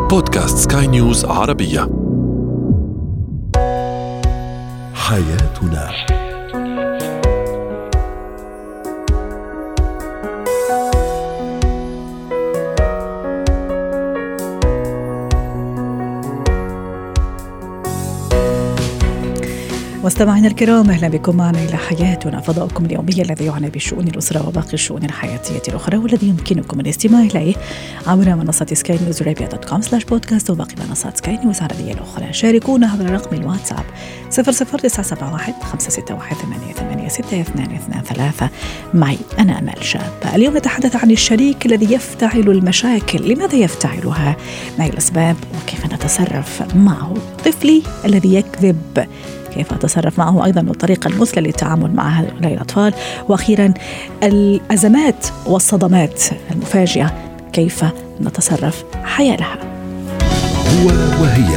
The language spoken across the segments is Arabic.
بودكاست سكاي نيوز عربية. حياتنا. مستمعينا الكرام، أهلا بكم معنا إلى حياتنا، فضاؤكم اليومي الذي يعنى بشؤون الأسرة وباقي الشؤون الحياتية الأخرى، والذي يمكنكم الاستماع إليه عبر منصة skynewsarabia.com/podcast وباقي منصات سكاي نيوز عربية الأخرى. شاركونا عبر رقم الواتساب 00971 561 886223. معي أنا أمال شاب. اليوم نتحدث عن الشريك الذي يفتعل المشاكل. لماذا يفتعلها؟ ما هي الأسباب وكيف نتصرف معه؟ طفلي الذي يكذب، كيف أتصرف معه؟ أيضا الطريقة المثلى للتعامل مع هؤلاء الأطفال. وأخيرا الأزمات والصدمات المفاجئة، كيف نتصرف حيالها؟ هو وهي.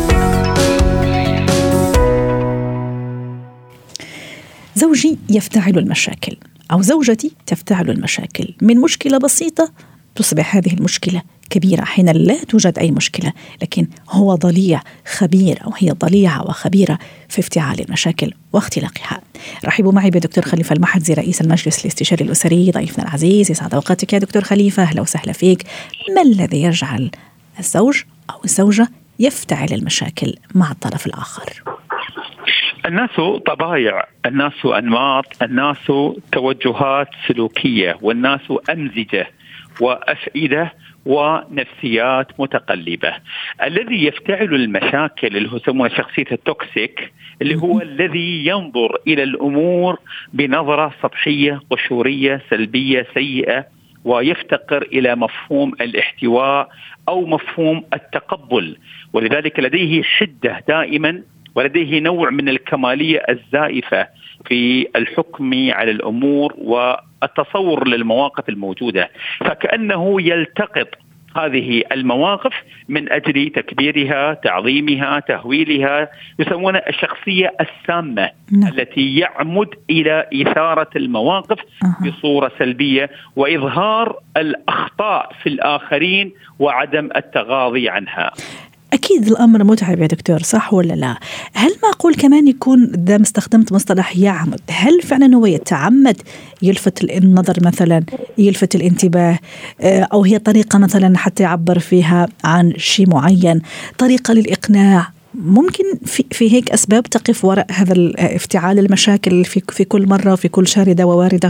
زوجي يفتعل المشاكل، أو زوجتي تفتعل المشاكل. من مشكلة بسيطة تصبح هذه المشكلة كبيرة، حين لا توجد أي مشكلة لكن هو ضليع خبير، أو هي ضليعة وخبيرة في افتعال المشاكل واختلاقها. رحبوا معي بدكتور خليفة المحرزي، رئيس المجلس الاستشاري الأسري، ضيفنا العزيز. يسعد أوقاتك يا دكتور خليفة، أهلا وسهلا فيك. ما الذي يجعل الزوج أو الزوجة يفتعل المشاكل مع الطرف الآخر؟ الناس طبايع، الناس أنماط، الناس توجهات سلوكية، والناس أمزجة وأفئدة ونفسيات متقلبة. الذي يفتعل المشاكل اللي هو يسمونه شخصية التوكسيك، اللي هو الذي ينظر إلى الأمور بنظرة سطحية قشورية سلبية سيئة، ويفتقر إلى مفهوم الاحتواء أو مفهوم التقبل، ولذلك لديه حدة دائما، ولديه نوع من الكمالية الزائفة في الحكم على الأمور والتصور للمواقف الموجودة، فكأنه يلتقط هذه المواقف من أجل تكبيرها، تعظيمها، تهويلها. يسمونها الشخصية السامة التي يعمد إلى إثارة المواقف بصورة سلبية وإظهار الأخطاء في الآخرين وعدم التغاضي عنها. أكيد الأمر متعب يا دكتور، صح ولا لا؟ هل معقول كمان يكون دام استخدمت مصطلح يعمد، هل فعلا هو يتعمد يلفت النظر مثلا، يلفت الانتباه، أو هي طريقة مثلا حتى يعبر فيها عن شيء معين، طريقة للإقناع؟ ممكن في هيك أسباب تقف وراء هذا افتعال المشاكل في كل مرة وفي كل شاردة وواردة؟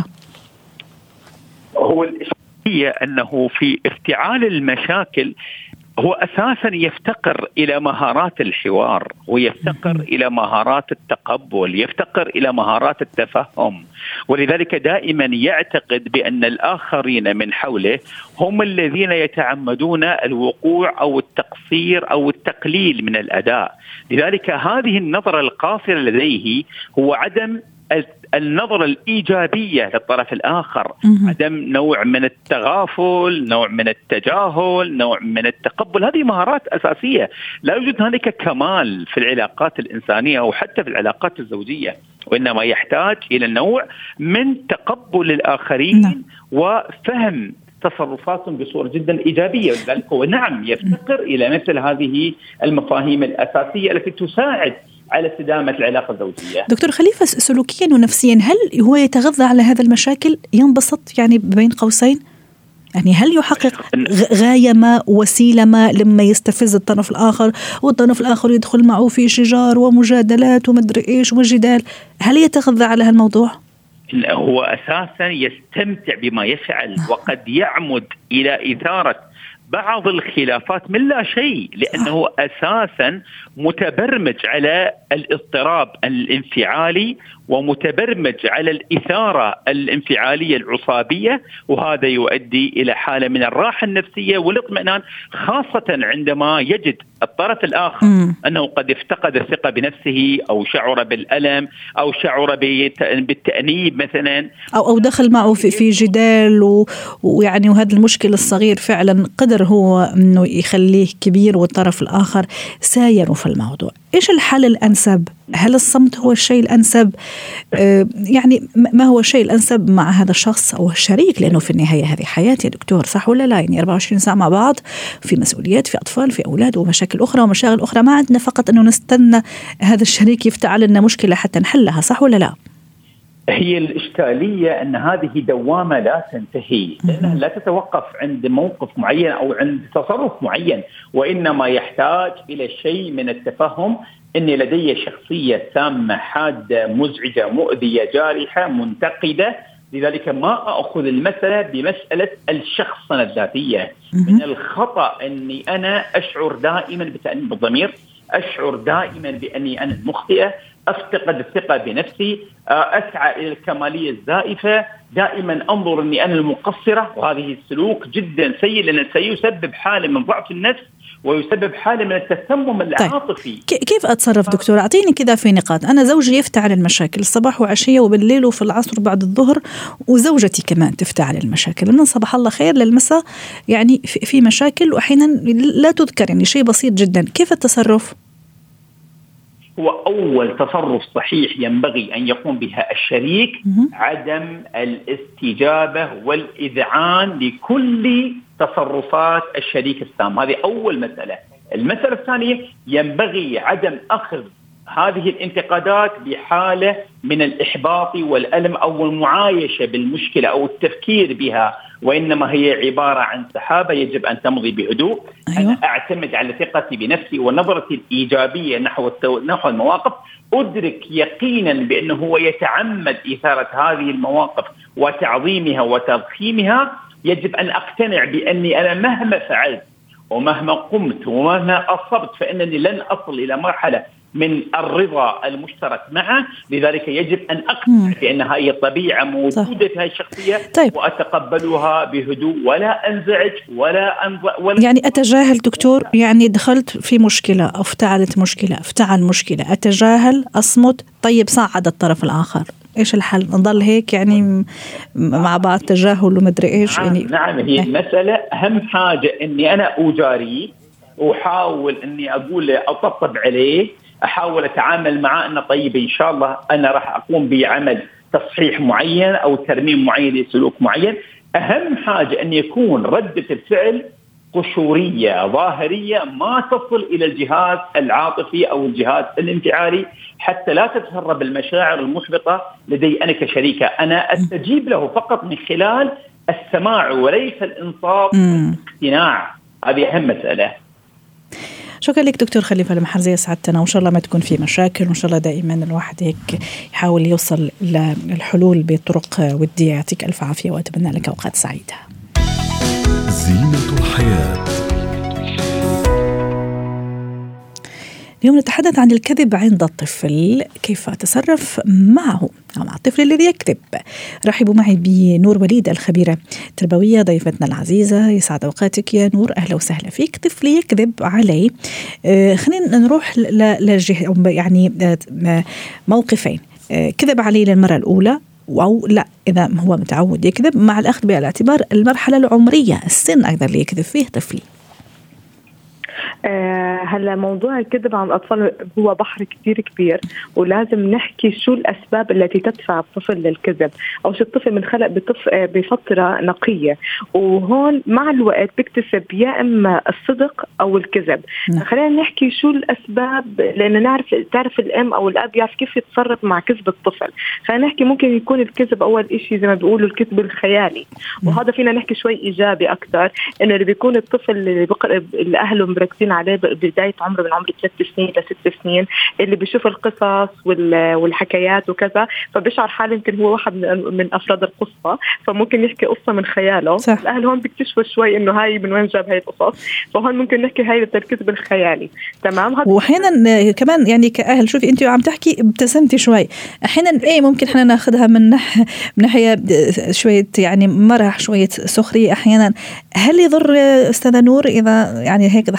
هو الإشكالية أنه في افتعال المشاكل هو أساسا يفتقر إلى مهارات الحوار، ويفتقر إلى مهارات التقبل، يفتقر إلى مهارات التفهم، ولذلك دائما يعتقد بأن الآخرين من حوله هم الذين يتعمدون الوقوع أو التقصير أو التقليل من الأداء. لذلك هذه النظرة القاصرة لديه هو عدم النظرة الإيجابية للطرف الآخر، عدم نوع من التغافل، نوع من التجاهل، نوع من التقبل. هذه مهارات أساسية. لا يوجد هناك كمال في العلاقات الإنسانية أو حتى في العلاقات الزوجية، وإنما يحتاج إلى نوع من تقبل الآخرين وفهم تصرفاتهم بصورة جدا إيجابية. ولذلك هو يفتقر إلى مثل هذه المفاهيم الأساسية التي تساعد على استدامة العلاقة الزوجية. دكتور خليفة، سلوكيا ونفسيا هل هو يتغذى على هذا المشاكل، ينبسط يعني بين قوسين؟ يعني هل يحقق غاية ما، وسيلة ما، لما يستفز الطرف الآخر والطرف الآخر يدخل معه في شجار ومجادلات ومدري إيش وجدال؟ هل يتغذى على هالموضوع؟ هو أساسا يستمتع بما يفعل، وقد يعمد إلى إثارة بعض الخلافات من لا شيء، لأنه أساسا متبرمج على الاضطراب الانفعالي ومتبرمج على الإثارة الانفعالية العصابية، وهذا يؤدي إلى حالة من الراحة النفسية والاطمئنان، خاصة عندما يجد الطرف الآخر أنه قد افتقد الثقة بنفسه، أو شعر بالألم، أو شعر بالتأنيب مثلا، أو دخل معه في جدال، ويعني وهذا المشكلة الصغير فعلا قدر هو أنه يخليه كبير والطرف الآخر ساير في الموضوع. إيش الحل الأنسب هل الصمت هو الشيء الأنسب؟ يعني ما هو الشيء الأنسب مع هذا الشخص أو الشريك؟ لأنه في النهاية هذه حياة يا دكتور، صح ولا لا؟ يعني 24 ساعة مع بعض، في مسؤوليات، في أطفال، في أولاد، ومشاكل أخرى ومشاغل أخرى. ما عندنا فقط أنه نستنى هذا الشريك يفتعل لنا مشكلة حتى نحلها، صح ولا لا؟ هي الإشكالية أن هذه دوامة لا تنتهي، لأنها لا تتوقف عند موقف معين أو عند تصرف معين، وإنما يحتاج إلى شيء من التفهم. إني لدي شخصية سامة، حادة، مزعجة، مؤذية، جارحة، منتقدة، لذلك ما أخذ المسألة بمسألة الشخصنة الذاتية. من الخطأ أني أنا أشعر دائما بتأنيب الضمير، أشعر دائما بأني أنا المخطئة، أفتقد الثقة بنفسي، أسعى إلى الكمالية الزائفة، دائما أنظر أني أنا المقصرة. وهذه السلوك جدا سيء، لأنه سيسبب حالة من ضعف النفس ويسبب حالة من التسمم العاطفي. طيب. كيف أتصرف دكتور؟ أعطيني كذا في نقاط. أنا زوجي يفتعل المشاكل الصباح وعشية وبالليل وفي العصر بعد الظهر، وزوجتي كمان تفتعل المشاكل من صباح الله خير للمساء، يعني في مشاكل وأحيانا لا تذكر، يعني شيء بسيط جدا. كيف التصرف؟ هو أول تصرف صحيح ينبغي أن يقوم بها الشريك عدم الاستجابة والإذعان لكل تصرفات الشريك السام. هذه أول مسألة. المسألة الثانية، ينبغي عدم أخذ هذه الانتقادات بحالة من الإحباط والألم أو المعايشة بالمشكلة أو التفكير بها، وإنما هي عبارة عن سحابة يجب أن تمضي بهدوء. أيوة. أنا أعتمد على ثقتي بنفسي ونظرتي الإيجابية نحو المواقف. أدرك يقينا بأنه هو يتعمد إثارة هذه المواقف وتعظيمها وتضخيمها. يجب أن أقتنع بأني أنا مهما فعلت ومهما قمت ومهما أصبت فإنني لن أصل إلى مرحلة من الرضا المشترك معه. لذلك يجب أن أقتنع بأن هذه الطبيعة موجودة في هذه الشخصية. طيب. وأتقبلها بهدوء ولا أنزعج ولا يعني أتجاهل دكتور، يعني دخلت في مشكلة أو افتعل مشكلة، أتجاهل، أصمت، طيب صعد الطرف الآخر، إيش الحل؟ نضل هيك يعني مع بعض تجاهل ومدري إيش؟ نعم هي المسألة. أهم حاجة أني أنا أجاري وحاول أني أقول أطبطب عليه، أحاول أتعامل معه أنه طيب إن شاء الله أنا راح أقوم بعمل تصحيح معين أو ترميم معين لسلوك معين. أهم حاجة أن يكون ردة الفعل قشورية ظاهرية، ما تصل إلى الجهاز العاطفي أو الجهاز الانفعالي، حتى لا تتسرب المشاعر المحبطة لدي أنا كشريكة. أنا أستجيب له فقط من خلال السماع وليس الإنصات والاقتناع. هذه أهم مسألة. شكرا لك دكتور خليفة المحرزية، سعدتنا، وإن شاء الله ما تكون في مشاكل، وإن شاء الله دائما الواحد هيك يحاول يوصل للحلول بطرق ودية. يعطيك ألف عافية وأتمنى لك أوقات سعيدة. زينة الحياة. اليوم نتحدث عن الكذب عند الطفل، كيف أتصرف معه أو مع الطفل الذي يكذب. رحبوا معي بنور وليد الخبيرة التربوية ضيفتنا العزيزة. يسعد أوقاتك يا نور، أهلا وسهلا فيك. طفل يكذب علي، خلينا نروح يعني موقفين. كذب علي للمرة الأولى أو لا، إذا هو متعود يكذب، مع الأخذ بالاعتبار المرحلة العمرية، السن أيضا اللي يكذب فيه طفلي. هلا موضوع الكذب عن الأطفال هو بحر كتير كبير، ولازم نحكي شو الأسباب التي تدفع الطفل للكذب. أو شو الطفل منخلق بفترة نقية، وهون مع الوقت بيكتسب يا إما الصدق أو الكذب. خلينا نحكي شو الأسباب، لأن تعرف الأم أو الأب يعرف كيف يتصرف مع كذب الطفل. خلينا نحكي ممكن يكون الكذب أول إشي زي ما بيقولوا الكذب الخيالي، وهذا فينا نحكي شوي إيجابي أكتر، إنه اللي بيكون الطفل اللي أهله مركزين عليه بداية عمره من عمر 3 سنين ل 6 سنين، اللي بيشوف القصص والحكايات وكذا، فبيشعر حاله يمكن هو واحد من أفراد القصة، فممكن يحكي قصة من خياله. صح. الأهل هون بيكتشفوا شوي إنه هاي من وين جاب هاي القصص، فهون ممكن نحكي هاي الكذب الخيالي. تمام. وأحيانا كمان يعني كأهل، شوفي أنت عم تحكي ابتسمتي شوي، أحيانا ممكن إحنا ناخذها من ناحية شوية يعني مرح، شوية سخرية أحيانا. هل يضر أستاذة نور إذا يعني هيك ضحكنا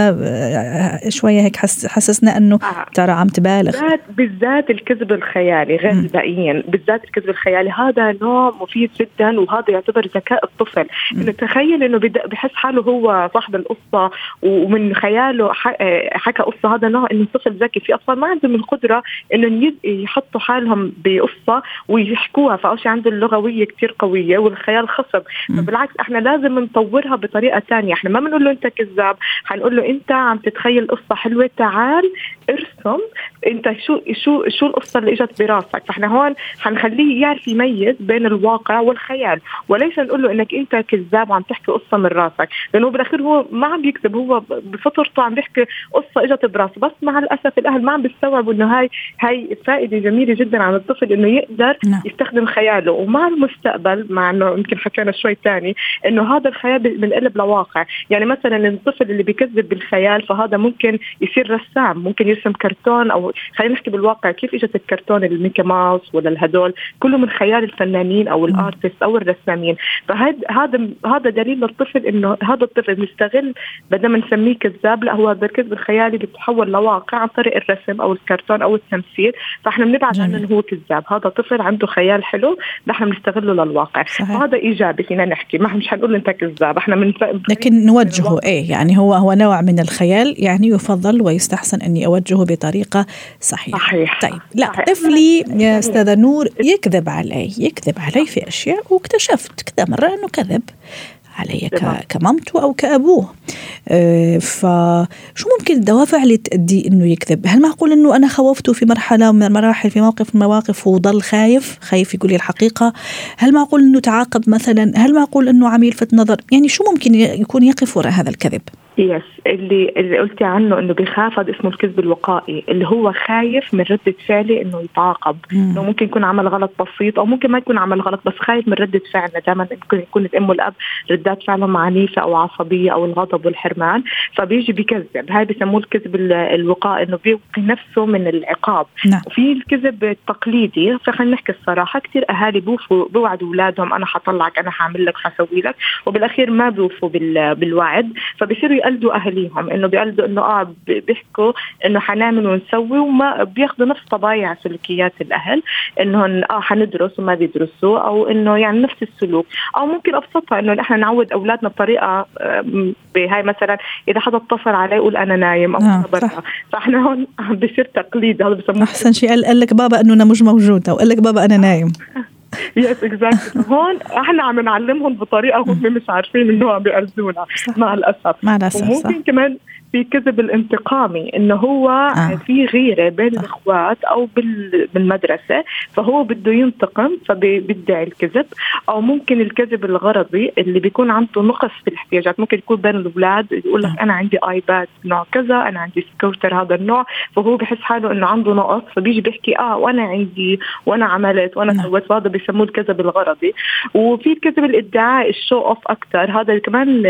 شوية هيك حسسنا أنه ترى عم تبالغ. بالذات الكذب الخيالي غير مبدئيا، بالذات الكذب الخيالي هذا نوع مفيد جدا، وهذا يعتبر ذكاء الطفل. إنه تخيل إنه بحس حاله هو صاحب القصة ومن خياله حكى قصة. هذا نوع إنه الطفل ذكي. في أطفال ما عندهم القدرة إنه يحطوا حالهم بقصة ويحكوها، فأول شيء عنده اللغوية كتير قوية والخيال خصب. فبالعكس احنا لازم نطورها بطريقة تانية. احنا ما بنقول له انت كذاب، حنقول له انت عم تتخيل قصة حلوة، تعال ارسم انت شو القصة اللي اجت براسك. فاحنا هون حنخليه يعرف يميز بين الواقع والخيال، وليس نقول له انك انت كذاب وعم تحكي قصة من راسك، لانه بالاخير هو ما عم بيكذب، هو بفطرته عم بيحكي قصة اجت براسه. بس مع الاسف الاهل ما عم بيستوعبوا انه هاي فائدة جميلة جدا عن الطفل انه يقدر يستخدم خياله. ومع المستقبل، مع انه يمكن حكينا شوي تاني انه هذا الخيال بنقلب لواقع. يعني مثلا الطفل اللي بيكذب بالخيال فهذا ممكن يصير رسام، ممكن يرسم كرتون، او خلينا نحكي بالواقع كيف اجت الكرتون الميكي ماوس ولا الهدول كله من خيال الفنانين او الارتست او الرسامين. فهذا دليل للطفل انه هذا الطفل بيستغل، بدل ما نسميه كذاب لا، هو هذا الكذب الخيالي بيتحول لواقع عن طريق الرسم او الكرتون او التمثيل. فاحنا بنبعد عنه انه هو كذاب. هذا طفل عنده خيال حلو نحن بنستغله للواقع. وهذا ايجابي فينا نحكي، ما مش حنقول انت كذاب، احنا لكن نوجهه يعني هو نوع من الخيال، يعني يفضل ويستحسن اني اوجهه بطريقه صحيحه. طيب لا صحيح. طفلي يا استاذه نور يكذب علي في اشياء، واكتشفت كذا مره انه كذب علي كمامته أو كأبوه. فشو ممكن الدوافع اللي تؤدي إنه يكذب؟ هل معقول إنه أنا خوفته في مرحلة من المراحل، في موقف من المواقف وضل خايف يقول لي الحقيقة؟ هل معقول إنه تعاقب مثلا؟ هل معقول إنه عم يلفت نظر؟ يعني شو ممكن يكون يقف وراء هذا الكذب؟ اللي قلتي عنه انه بيخاف، هذا اسمه الكذب الوقائي، اللي هو خايف من ردة فعلي انه يتعاقب. انه ممكن يكون عمل غلط بسيط او ممكن ما يكون عمل غلط، بس خايف من ردة فعلنا. دائما ممكن يكون الام والاب ردات فعلهم عنيفة او عصبية او الغضب والحرمان، فبيجي بيكذب. هاي بيسموه الكذب الوقائي، انه بيوقي نفسه من العقاب. وفي الكذب التقليدي، فخلينا نحكي الصراحة، كتير اهالي بوعدوا اولادهم انا حطلعك، انا حعمل لك، حسوي لك، وبالاخير ما بيوفوا بالوعد. فبيصيروا يقلدوا اهاليهم، انه بيقلدوا انه بيحكوا انه حنعمل ونسوي، وما بياخذوا نفس طبايع سلوكيات الاهل، انهم حندرس وما بيدرسوا، او انه يعني نفس السلوك. او ممكن ابسطها انه احنا نعود اولادنا بطريقه بهاي، مثلا اذا حدا اتصل علي يقول انا نايم او برا، فاحنا هون بصير تقليد. هذا بسموه احسن شيء قال لك بابا انه انا مش موجود، او قال لك بابا انا نايم. يس اكزاكتلي. هون احنا عم نعلمهم بطريقه هم مش عارفين انه عم بيقلدونا مع الاسف. وممكن كمان في كذب الانتقامي، انه هو في غيره بين الاخوات او بالمدرسه، فهو بده ينتقم فبيدعي الكذب. او ممكن الكذب الغرضي اللي بيكون عنده نقص في الاحتياجات، ممكن يكون بين الاولاد يقول لك انا عندي ايباد نوع كذا، انا عندي سكوتر هذا النوع، فهو بحس حاله انه عنده نقص، فبيجي بيحكي وانا عندي وانا عملت وانا سويت. وهذا بيسموه الكذب الغرضي. وفي الكذب الادعاء الشو اوف اكثر، هذا كمان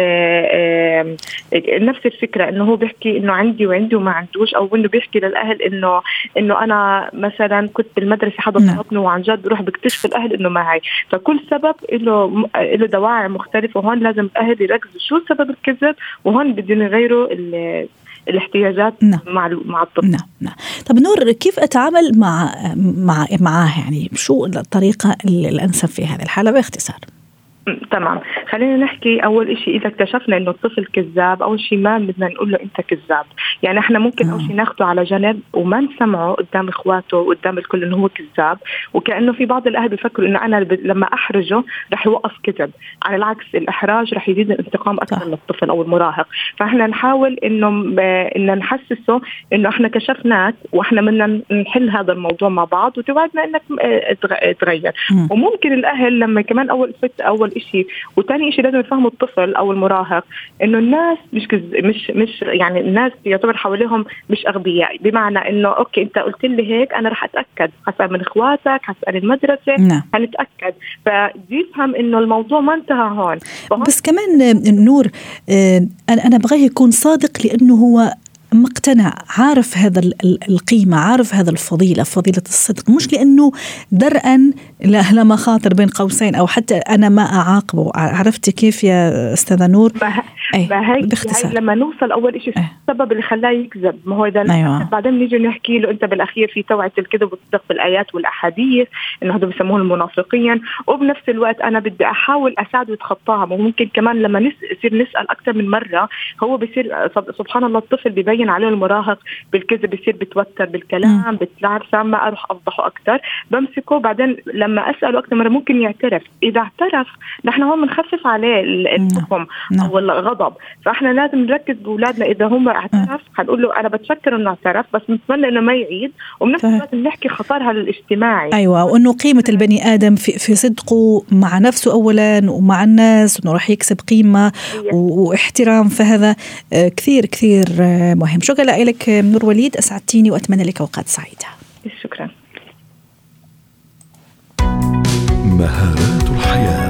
نفس الفكره، انه هو بيحكي انه عندي وما عندوش، او انه بيحكي للاهل انه انا مثلا كنت بالمدرسه حدا ضربني، وعن جد بروح بكتشف الاهل انه ما هي. فكل سبب له دواعي مختلفه، وهون لازم الاهل يركزوا شو سبب الكذب، وهون بدهم يغيروا الاحتياجات مع الطفل. طب نور، كيف اتعامل معاه؟ يعني شو الطريقه الانسب في هذه الحاله باختصار؟ تمام، خلينا نحكي. أول إشي إذا اكتشفنا إنه الطفل كذاب، أول شيء ما بدنا نقول له أنت كذاب. يعني إحنا ممكن أول شيء ناخده على جنب وما نسمعه قدام إخواته وقدام الكل إنه هو كذاب، وكأنه في بعض الأهل بيفكروا إنه أنا لما أحرجه رح يوقف كذب. على العكس، الإحراج رح يزيد الانتقام أكثر للطفل أو المراهق. فإحنا نحاول إنه نحسسه إنه إحنا كشفناك وإحنا بدنا نحل هذا الموضوع مع بعض، وتوعدنا إنك تغير. وممكن الأهل لما كمان أول إشي، وتاني إشي لازم يفهموا الطفل أو المراهق إنه الناس مش يعني الناس يعتبر حواليهم مش أغبياء، بمعنى إنه أوكي أنت قلت لي هيك، أنا رح أتأكد، حسأل من إخواتك، حسأل المدرسة، هنتأكد. فيفهم إنه الموضوع ما انتهى هون. بس كمان نور، أنا أبغاه يكون صادق، لأنه هو مقتنع، عارف هذا القيمة، عارف هذا الفضيلة، فضيلة الصدق، مش لأنه درءا لما خاطر بين قوسين أو حتى أنا ما أعاقبه. عرفت كيف يا أستاذة نور؟ هي لما نوصل أول إشي السبب اللي خلاه يكذب، ما هو إذا بعدين نيجي نحكي له أنت بالأخير في توعية الكذب والصدق بالآيات والأحاديث إنه هذا بيسموه المنافقين، وبنفس الوقت أنا بدي أحاول أساعده يتخطاها. وممكن كمان لما نصير نسأل أكثر من مرة هو بيصير سبحان الله الطفل بيبين عليه المراهق بالكذب، بيصير بتوتر بالكلام، بتعرف ما أروح أفضحه أكثر، بمسكه بعدين لما أسأله أكثر مرة ممكن يعترف. إذا اعترف نحن هون بنخفف عليه الحكم أو الغضب، فإحنا لازم نركز بأولادنا. إذا هم اعترف هنقول له أنا بتشكر إنه اعترف بس نتمنى إنه ما يعيد، وبنفس الوقت نحكي خطرها الاجتماعي. أيوة، وإنه قيمة البني آدم في صدقه مع نفسه أولا ومع الناس، وإنه راح يكسب قيمة واحترام. فهذا كثير كثير مهم. شكرا لك نور وليد، أسعدتيني وأتمنى لك أوقات سعيدة. شكرا. مهارات الحياة.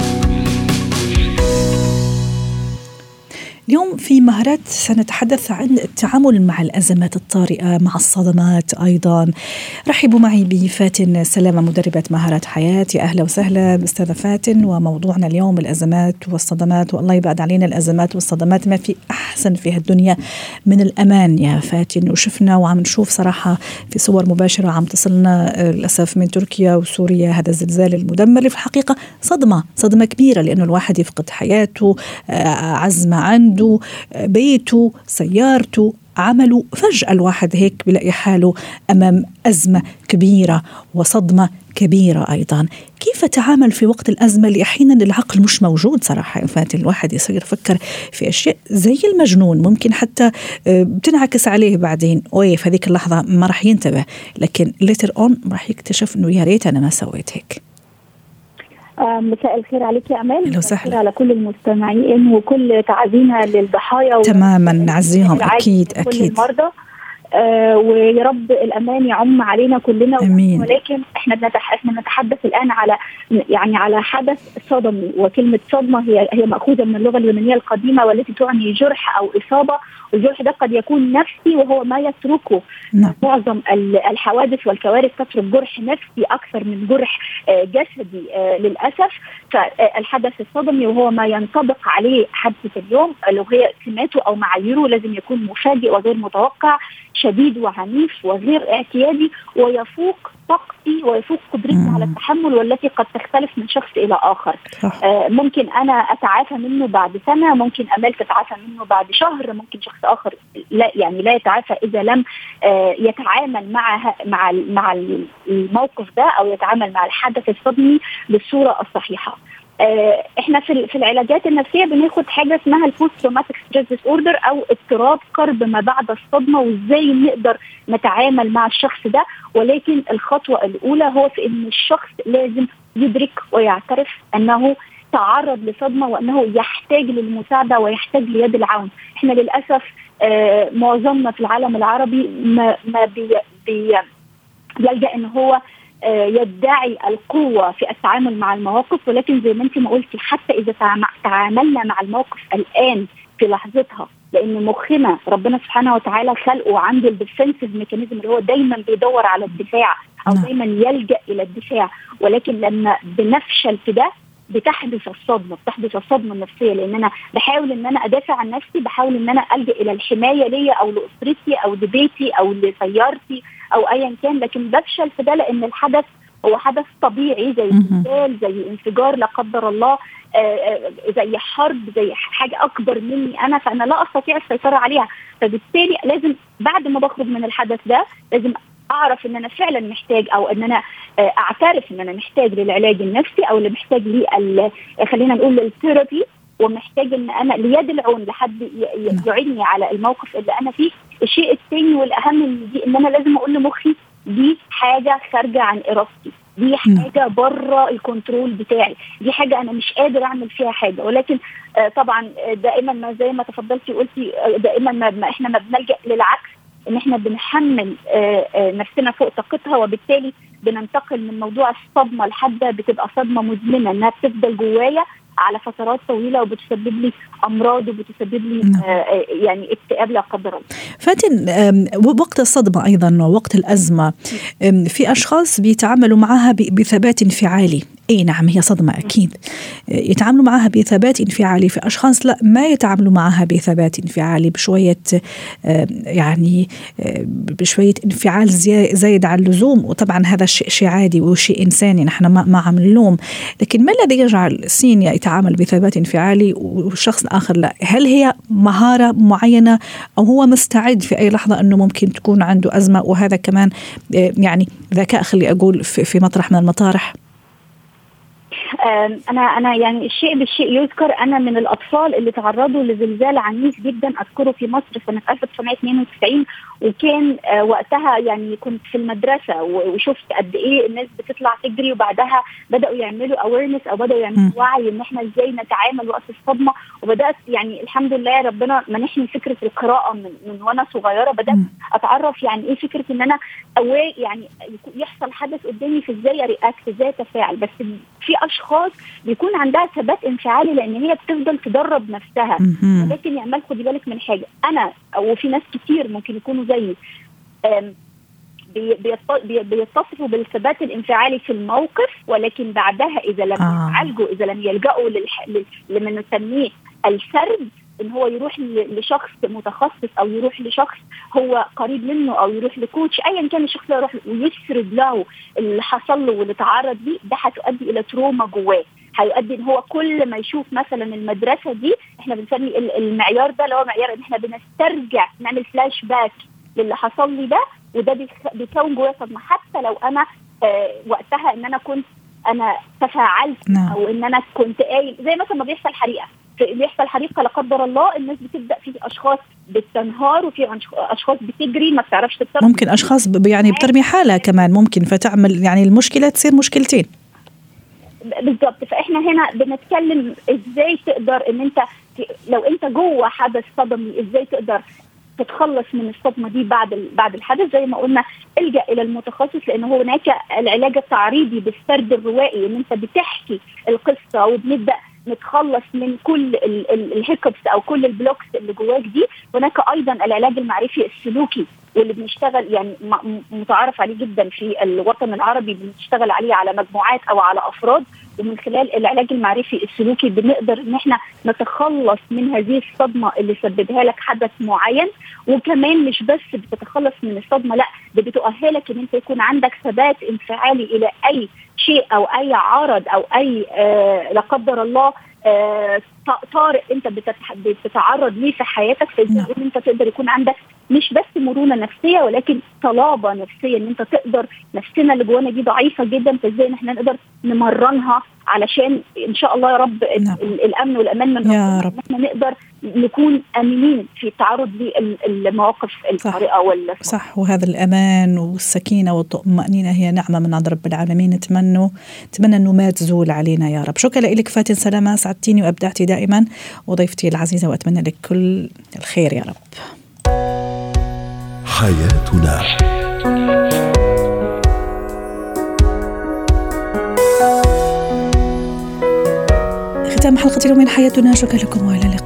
اليوم في مهارات سنتحدث عن التعامل مع الأزمات الطارئة، مع الصدمات أيضا. رحبوا معي بفاتن سلامة، مدربة مهارات حياة. يا أهلا وسهلا أستاذة فاتن. وموضوعنا اليوم الأزمات والصدمات، والله يبعد علينا الأزمات والصدمات. ما في أحسن في هالدنيا من الأمان يا فاتن، وشفنا وعم نشوف صراحة في صور مباشرة عم تصلنا للأسف من تركيا وسوريا هذا الزلزال المدمر، اللي في الحقيقة صدمة كبيرة، لأنه الواحد يفقد حياته، عزمة عنده، بيته، سيارته، عمله. فجأة الواحد هيك بلاقي حاله أمام أزمة كبيرة وصدمة كبيرة أيضا. كيف تعامل في وقت الأزمة اللي أحيانا العقل مش موجود صراحة؟ فات الواحد يصير يفكر في أشياء زي المجنون، ممكن حتى بتنعكس عليه بعدين، في هذيك اللحظة ما راح ينتبه، لكن later on راح يكتشف إنه يا ريت أنا ما سويت هيك. مساء الخير عليك يا أمال، مساء على كل المستمعين وكل تعزينا للضحايا. تماما نعزيهم أكيد كل المرضى، ويا رب الأمان يعم علينا كلنا. ولكن احنا بنتحدث الآن على حدث صدمي، وكلمة صدمة هي مأخوذة من اللغة اليونانية القديمة والتي تعني جرح أو إصابة، والجرح ده قد يكون نفسي وهو ما يتركه. معظم الحوادث والكوارث تترك جرح نفسي أكثر من جرح جسدي للأسف. فالحدث الصدمي وهو ما ينطبق عليه حادثة اليوم، لو هي سماته أو معاييره لازم يكون مفاجئ وغير متوقع، شديد وعنيف وغير اعتيادي، ويفوق طاقتي ويفوق قدرتي على التحمل، والتي قد تختلف من شخص إلى آخر. ممكن أنا أتعافى منه بعد سنة، ممكن أمال تتعافى منه بعد شهر، ممكن شخص آخر لا يتعافى إذا لم يتعامل مع الموقف ده أو يتعامل مع الحدث الصدمي بالصورة الصحيحة. احنا في العلاجات النفسيه بناخد حاجه اسمها البوست تروماتيك ستريس ديس اوردر او اضطراب قرب ما بعد الصدمه، وازاي نقدر نتعامل مع الشخص ده. ولكن الخطوه الاولى هو في ان الشخص لازم يدرك ويعترف انه تعرض لصدمه، وانه يحتاج للمساعده ويحتاج ليد العون. احنا للاسف معظمنا في العالم العربي ما بيلجأ ان هو يدعي القوة في التعامل مع المواقف، ولكن زي ما انت ما قلتي حتى إذا تعاملنا مع الموقف الآن في لحظتها، لأن مخنا ربنا سبحانه وتعالى خلقه عنده الديفنسيف ميكانيزم اللي هو دايما بيدور على الدفاع أو دايما يلجأ إلى الدفاع. ولكن لما بنفشل في ده بتحدث الصدمة النفسية، لأن أنا بحاول أن أنا أدافع عن نفسي، بحاول أن أنا ألجأ إلى الحماية ليا أو لأسرتي أو لبيتي أو لسيارتي أو أيا كان، لكن بفشل في ده لأن الحدث هو حدث طبيعي زي زلزال، زي انفجار لا قدر الله، زي حرب، زي حاجة أكبر مني أنا، فأنا لا أستطيع السيطرة عليها. فبالتالي لازم بعد ما بخرج من الحدث ده لازم أعرف أن أنا فعلا محتاج، أو أن أنا أعترف أن أنا محتاج للعلاج النفسي، أو اللي محتاج خلينا نقول للثيرابي، ومحتاج أن أنا ليد العون لحد يعيني على الموقف اللي أنا فيه. الشيء الثاني والأهم من دي أن أنا لازم أقول لمخي دي حاجة خارجة عن إرادتي، دي حاجة بره الكنترول بتاعي، دي حاجة أنا مش قادر أعمل فيها حاجة. ولكن طبعا دائما ما زي ما تفضلتي وقلتي، دائما ما إحنا ما بنلجأ للعكس، إن إحنا بنحمل نفسنا فوق طاقتها، وبالتالي بننتقل من موضوع الصدمة لحد بتبقى صدمة مزمنة إنها بتفضل جوايا على فترات طويله وبتسبب لي امراض وبتسبب لي يعني اكتئاب لا قدر الله. فاتن، وقت الصدمه ايضا ووقت الازمه في اشخاص بيتعاملوا معها بثبات انفعالي. اي نعم، هي صدمه اكيد يتعاملوا معها بثبات انفعالي. في اشخاص لا، ما يتعاملوا معها بثبات انفعالي، بشويه يعني بشويه انفعال زايد عن اللزوم. وطبعا هذا شيء عادي وشيء انساني، نحن ما عم نلوم. لكن ما الذي يجعل سين يتعامل بثبات انفعالي وشخص اخر لا؟ هل هي مهاره معينه، او هو مستعد في اي لحظه انه ممكن تكون عنده ازمه؟ وهذا كمان يعني ذكاء، خلي اقول في مطرح من المطارح. أنا يعني الشيء بالشيء يذكر. أنا من الأطفال اللي تعرضوا لزلزال عنيف جدا أذكره في مصر سنة 1992، وكان وقتها يعني كنت في المدرسة وشفت قد إيه الناس بتطلع تجري، وبعدها بدأوا يعملوا awareness أو بدأوا يعملوا وعي إن إحنا إزاي نتعامل وقت الصدمة. وبدأت يعني الحمد لله ربنا منحني فكرة القراءة من وأنا صغيرة. بدأت أتعرف يعني إيه فكرة إن أنا يعني يحصل حدث قدامي في إزاي رياكت، إزاي أتفاعل. بس في أشخاص بيكون عندها ثبات انفعالي لأن هي بتفضل تدرب نفسها. ولكن يعمل خدي بالك من حاجة، أنا أو في ناس كتير ممكن يكونوا زيي بيتصفوا بالثبات الانفعالي في الموقف، ولكن بعدها إذا لم يعالجوا، إذا لم يلجأوا لمن نسميه السرد، إن هو يروح لشخص متخصص أو يروح لشخص هو قريب منه أو يروح لكوتش أيا كان الشخص اللي يروح ويسرد له اللي حصل له واللي تعرض ليه، ده هتؤدي إلى تروما جواه. هيؤدي إن هو كل ما يشوف مثلا المدرسة دي، إحنا بنسمي المعيار ده اللي هو معيار إن إحنا بنسترجع، نعمل فلاش باك للي حصل لي ده، وده بيكون جواه صدمة. حتى لو أنا وقتها إن أنا تفاعلت أو إن أنا كنت قايل، زي مثلا ما بيحصل حريقة لا قدر الله، الناس بتبدأ في أشخاص بتنهار وفي أشخاص بتجري ما بتعرفش تتصرف، ممكن أشخاص يعني بترمي حالها كمان، ممكن فتعمل يعني المشكلة تصير مشكلتين بالضبط. فإحنا هنا بنتكلم إزاي تقدر إن أنت لو أنت جوه حدث صدمي إزاي تقدر تتخلص من الصدمة دي بعد الحدث. زي ما قلنا الجأ إلى المتخصص، لأنه هناك العلاج التعريضي بالسرد الروائي، إن أنت بتحكي القصة وبنبدأ نتخلص من كل الهيكوبس أو كل البلوكس اللي جواك دي. هناك أيضا العلاج المعرفي السلوكي، واللي بنشتغل يعني متعارف عليه جدا في الوطن العربي، بنشتغل عليه على مجموعات أو على أفراد، ومن خلال العلاج المعرفي السلوكي بنقدر ان احنا نتخلص من هذه الصدمة اللي سببها لك حدث معين. وكمان مش بس بتتخلص من الصدمة، لا، ده بتؤهلك ان انت يكون عندك ثبات انفعالي الى اي شيء او اي عرض او اي لا قدر الله طارئ انت بتتعرض ليه في حياتك. فازاي ان انت تقدر يكون عندك مش بس مرونة نفسية ولكن طلابة نفسية، ان انت تقدر، نفسنا اللي جوانا دي ضعيفة جدا، فازاي ان احنا نقدر نمرنها علشان ان شاء الله يا رب الامن والامان من ربنا، ان احنا نقدر نكون امنين في التعرض للمواقف الطارئة صح. وهذا الامان والسكينة والطمأنينة هي نعمة من عند رب العالمين، نتمنى انه ما تزول علينا يا رب. شكرا لك فاتن سلامة، سعدتيني وابدعتي دائما، وضيفتي العزيزة، واتمنى لك كل الخير يا رب. حياتنا. ختام حلقة اليوم من حياتنا. شكرا لكم وإلى اللقاء.